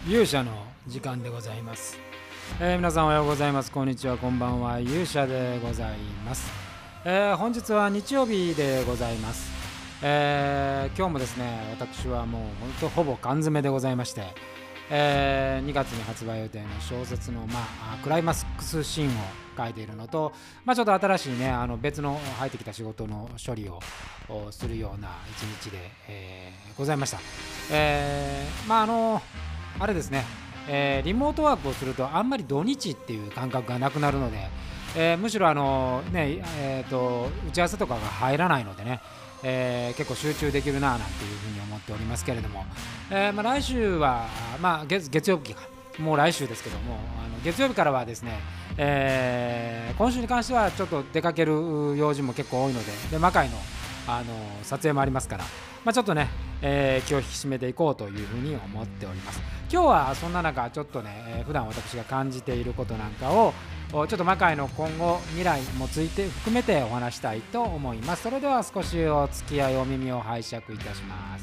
勇者の時間でございます。皆さんおはようございます。こんにちは、こんばんは。勇者でございます。本日は日曜日でございます。今日もですね、私はもう本当ほぼ缶詰でございまして、2月に発売予定の小説の、クライマックスシーンを書いているのと、ちょっと新しいね、別の入ってきた仕事の処理をするような一日で、ございました。あれですね、リモートワークをするとあんまり土日っていう感覚がなくなるので、むしろ打ち合わせとかが入らないのでね、結構集中できるななんていうふうに思っておりますけれども、来週は、月曜日かもう来週ですけども、月曜日からはですね、今週に関してはちょっと出かける用事も結構多いので、魔界の撮影もありますから、ちょっとね、気を引き締めていこうというふうに思っております。今日はそんな中ちょっとね、普段私が感じていることなんかをちょっと魔界の今後未来もついて含めてお話したいと思います。それでは少しお付き合いお耳を拝借いたします。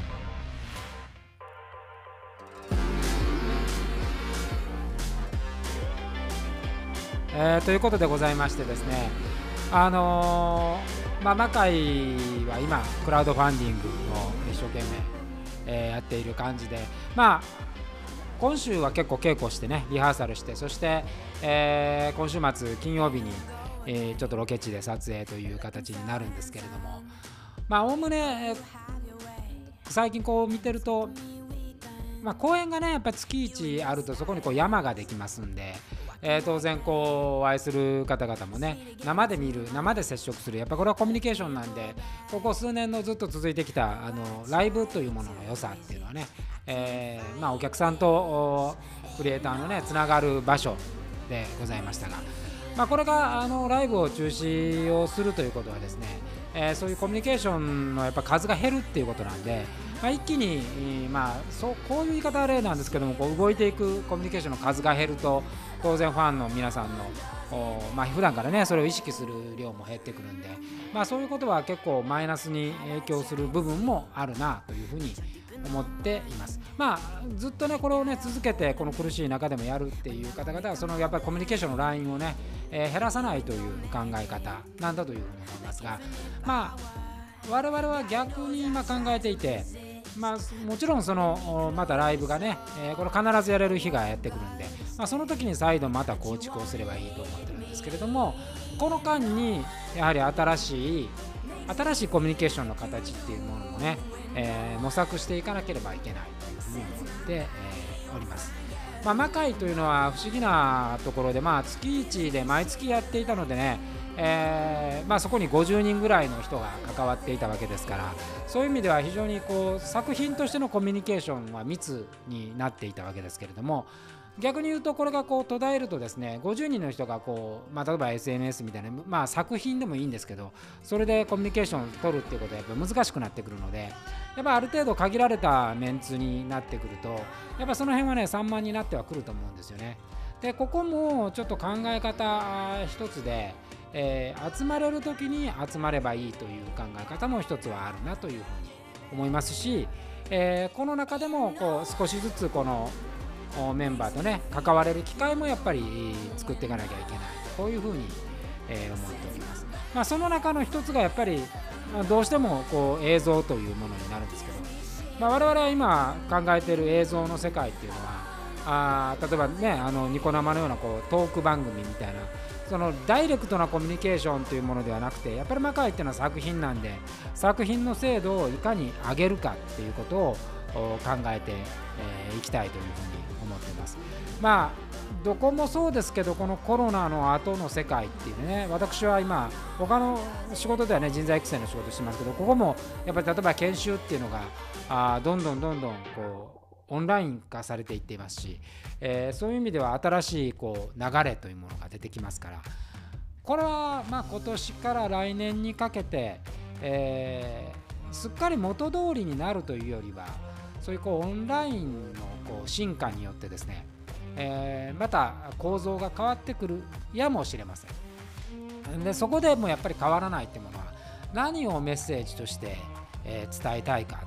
ということでございましてですね、魔界は今クラウドファンディングを一生懸命、やっている感じで、今週は結構稽古してね、リハーサルして、そして、今週末金曜日に、ちょっとロケ地で撮影という形になるんですけれども、おおむね、最近こう見てると、公園がねやっぱり月1あるとそこにこう山ができますんで、当然こうお会いする方々もね、生で見る、生で接触する、やっぱこれはコミュニケーションなんで、ここ数年のずっと続いてきたライブというものの良さっていうのはね、お客さんとクリエイターのねつながる場所でございましたが、これがライブを中止をするということはですね、そういうコミュニケーションのやっぱ数が減るっていうことなんで、一気に、こういう言い方はあれなんですけども、こう動いていくコミュニケーションの数が減ると、当然ファンの皆さんの普段からねそれを意識する量も減ってくるんで、そういうことは結構マイナスに影響する部分もあるなというふうに思っています。ずっとねこれをね続けてこの苦しい中でもやるっていう方々は、そのやっぱりコミュニケーションのラインをね、減らさないという考え方なんだというふうに思いますが、我々は逆に今考えていて、もちろんそのまたライブがね、これ必ずやれる日がやってくるんで、その時に再度また構築をすればいいと思ってるんですけれども、この間にやはり新しいコミュニケーションの形っていうものもね、模索していかなければいけないというふうに思って、おります。魔界というのは不思議なところで、月1で毎月やっていたのでね、そこに50人ぐらいの人が関わっていたわけですから、そういう意味では非常にこう作品としてのコミュニケーションは密になっていたわけですけれども、逆に言うとこれがこう途絶えるとですね、50人の人がこう、例えば SNS みたいな、作品でもいいんですけど、それでコミュニケーションを取るっていうことはやっぱ難しくなってくるので、やっぱある程度限られたメンツになってくると、やっぱその辺はね散漫になってはくると思うんですよね。でここもちょっと考え方一つで、集まれる時に集まればいいという考え方も一つはあるなというふうに思いますし、この中でもこう少しずつこのメンバーとね関われる機会もやっぱり作っていかなきゃいけない、こういうふうに、思っております。その中の一つがやっぱりどうしてもこう映像というものになるんですけど、我々は今考えている映像の世界っていうのは、例えばねニコ生のようなこうトーク番組みたいな、そのダイレクトなコミュニケーションというものではなくて、やっぱり魔界っていうのは作品なんで、作品の精度をいかに上げるかっていうことを考えていきたいというふうに思っています。どこもそうですけど、このコロナの後の世界っていうね、私は今他の仕事ではね人材育成の仕事してますけど、ここもやっぱり例えば研修っていうのがどんどんこうオンライン化されていっていますし、そういう意味では新しいこう流れというものが出てきますから、これは今年から来年にかけて、すっかり元通りになるというよりは、そういうこうオンラインのこう進化によってですね、また構造が変わってくるやもしれません。でそこでもやっぱり変わらないってものは、何をメッセージとして、伝えたいか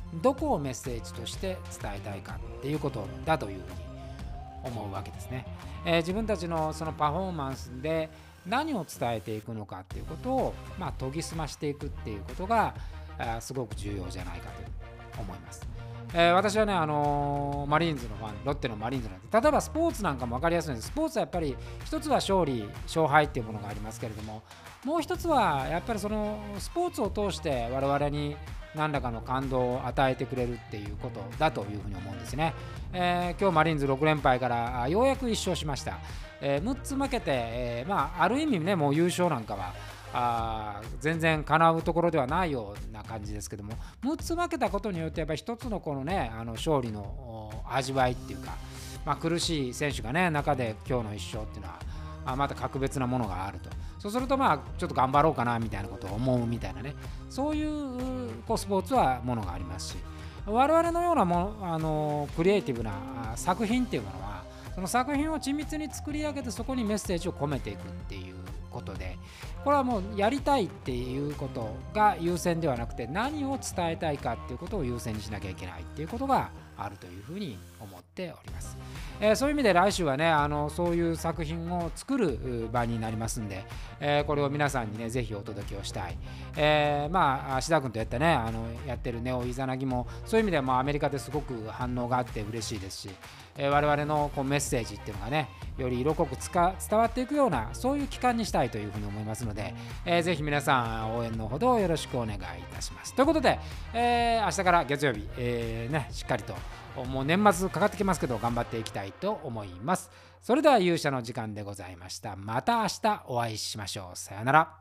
どこをメッセージとして伝えたいかっていうことだというふうに思うわけですね。自分たちのそのパフォーマンスで何を伝えていくのかっていうことを、研ぎ澄ましていくっていうことがすごく重要じゃないかと思います。私はね、マリーンズのファン、ロッテのマリーンズなんで、例えばスポーツなんかも分かりやすいんです。スポーツはやっぱり一つは勝敗っていうものがありますけれども、もう一つはやっぱりそのスポーツを通して我々に何らかの感動を与えてくれるっていうことだというふうに思うんですね。今日マリーンズ6連敗からようやく1勝しました。6つ負けて、ある意味ね、もう優勝なんかは全然叶うところではないような感じですけども、6つ負けたことによってやっぱり一つのこのね、勝利の味わいっていうか、苦しい選手がね中で今日の1勝っていうのはまた格別なものがあると。そうするとちょっと頑張ろうかなみたいなことを思うみたいなね、そういうスポーツはものがありますし、我々のようなクリエイティブな作品っていうものは、その作品を緻密に作り上げてそこにメッセージを込めていくっていうことで、これはもうやりたいっていうことが優先ではなくて、何を伝えたいかっていうことを優先にしなきゃいけないっていうことがあるというふうに思っております。そういう意味で来週はね、そういう作品を作る場になりますんで、これを皆さんにねぜひお届けをしたい。志田君とやってねやってるネオイザナギもそういう意味ではアメリカですごく反応があって嬉しいですし、我々のメッセージっていうのがねより色濃く伝わっていくような、そういう期間にしたいというふうに思いますので、ぜひ皆さん応援のほどよろしくお願いいたします。ということで、明日から月曜日、しっかりともう年末かかってきますけど頑張っていきたいと思います。それでは勇者の時間でございました。また明日お会いしましょう。さよなら。